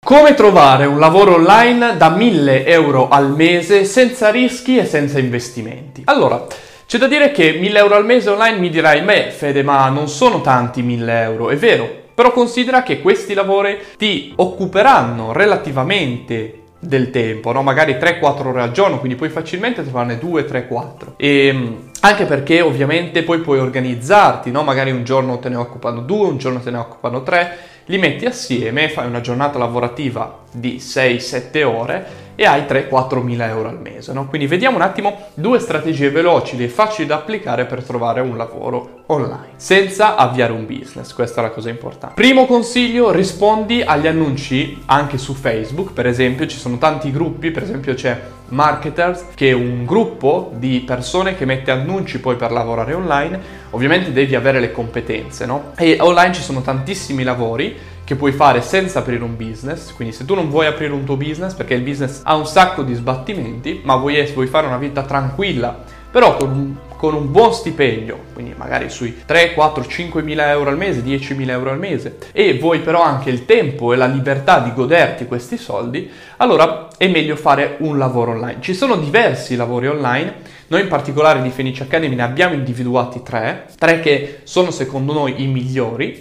Come trovare un lavoro online da 1.000 euro al mese senza rischi e senza investimenti? Allora, c'è da dire che 1.000 euro al mese online mi dirai, beh Fede, ma non sono tanti 1.000 euro, è vero, però considera che questi lavori ti occuperanno relativamente del tempo, no? Magari 3-4 ore al giorno, quindi puoi facilmente trovarne 2, 3, 4. E anche perché ovviamente poi puoi organizzarti, no? Magari un giorno te ne occupano 2, un giorno te ne occupano 3, li metti assieme, fai una giornata lavorativa di 6-7 ore e hai 3-4 mila euro al mese, no? Quindi vediamo un attimo due strategie veloci e facili da applicare per trovare un lavoro online senza avviare un business. Questa è la cosa importante. Primo consiglio: rispondi agli annunci anche su Facebook. Per esempio ci sono tanti gruppi, per esempio c'è Marketers, che è un gruppo di persone che mette annunci poi per lavorare online. Ovviamente devi avere le competenze, no? E online ci sono tantissimi lavori che puoi fare senza aprire un business. Quindi se tu non vuoi aprire un tuo business, perché il business ha un sacco di sbattimenti, ma vuoi fare una vita tranquilla, però con un buon stipendio, quindi magari sui 3, 4, 5 mila euro al mese, 10 mila euro al mese, e vuoi però anche il tempo e la libertà di goderti questi soldi, allora è meglio fare un lavoro online. Ci sono diversi lavori online. Noi in particolare di Fenice Academy ne abbiamo individuati tre che sono secondo noi i migliori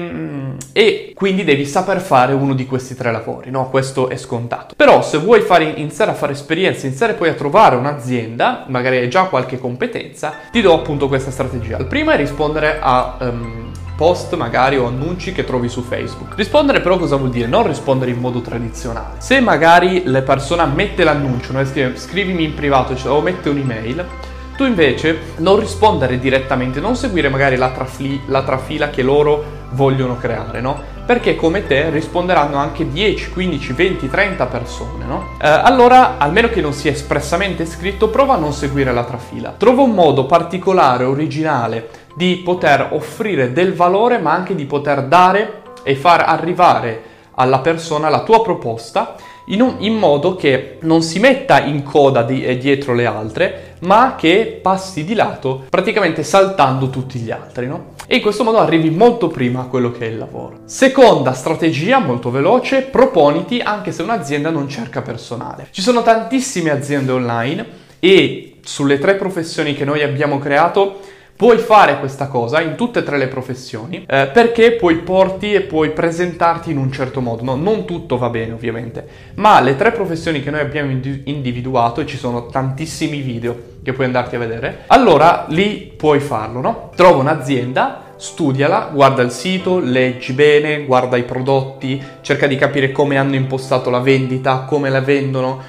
e quindi devi saper fare uno di questi 3 lavori, no? Questo è scontato. Però se vuoi iniziare a fare esperienza, iniziare poi a trovare un'azienda, magari hai già qualche competenza, ti do appunto questa strategia. Il primo è rispondere a post magari o annunci che trovi su Facebook. Rispondere però cosa vuol dire? Non rispondere in modo tradizionale. Se magari la persona mette l'annuncio, no? Scrivimi in privato, o mette un'email, tu invece non rispondere direttamente, non seguire magari la trafila che loro vogliono creare, no? Perché come te risponderanno anche 10, 15, 20, 30 persone, no? Allora, almeno che non sia espressamente scritto, prova a non seguire la trafila. Trova un modo particolare, originale, di poter offrire del valore, ma anche di poter dare e far arrivare alla persona la tua proposta in modo che non si metta in coda dietro le altre, ma che passi di lato, praticamente saltando tutti gli altri, no? E in questo modo arrivi molto prima a quello che è il lavoro. Seconda strategia, molto veloce: proponiti anche se un'azienda non cerca personale. Ci sono tantissime aziende online e sulle 3 professioni che noi abbiamo creato puoi fare questa cosa in tutte e 3 le professioni, perché poi porti e puoi presentarti in un certo modo, no? Non tutto va bene ovviamente, ma le 3 professioni che noi abbiamo individuato, e ci sono tantissimi video che puoi andarti a vedere, allora lì puoi farlo, no? Trova un'azienda, studiala, guarda il sito, leggi bene, guarda i prodotti, cerca di capire come hanno impostato la vendita, come la vendono,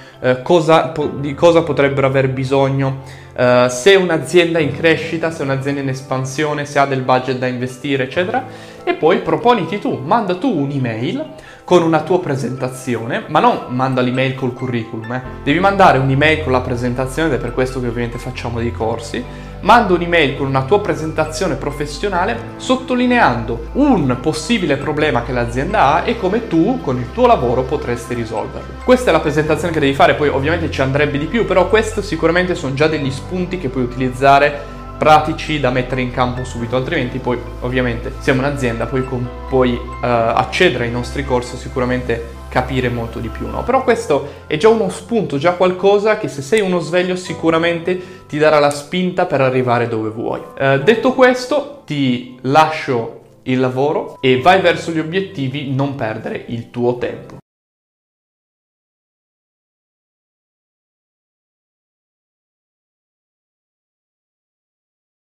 di cosa potrebbero aver bisogno, se è un'azienda in crescita, se è un'azienda in espansione, se ha del budget da investire, eccetera, e poi proponiti tu, manda tu un'email con una tua presentazione, ma non manda l'email col curriculum, devi mandare un'email con la presentazione, ed è per questo che ovviamente facciamo dei corsi. Manda un'email con una tua presentazione professionale sottolineando un possibile problema che l'azienda ha e come tu con il tuo lavoro potresti risolverlo. Questa è la presentazione che devi fare, poi ovviamente ci andrebbe di più, però questo sicuramente sono già degli spunti che puoi utilizzare, pratici da mettere in campo subito, altrimenti poi ovviamente siamo un'azienda, poi puoi accedere ai nostri corsi, sicuramente capire molto di più, no? Però questo è già uno spunto, già qualcosa che se sei uno sveglio sicuramente ti darà la spinta per arrivare dove vuoi. Detto questo, ti lascio il lavoro e vai verso gli obiettivi, non perdere il tuo tempo.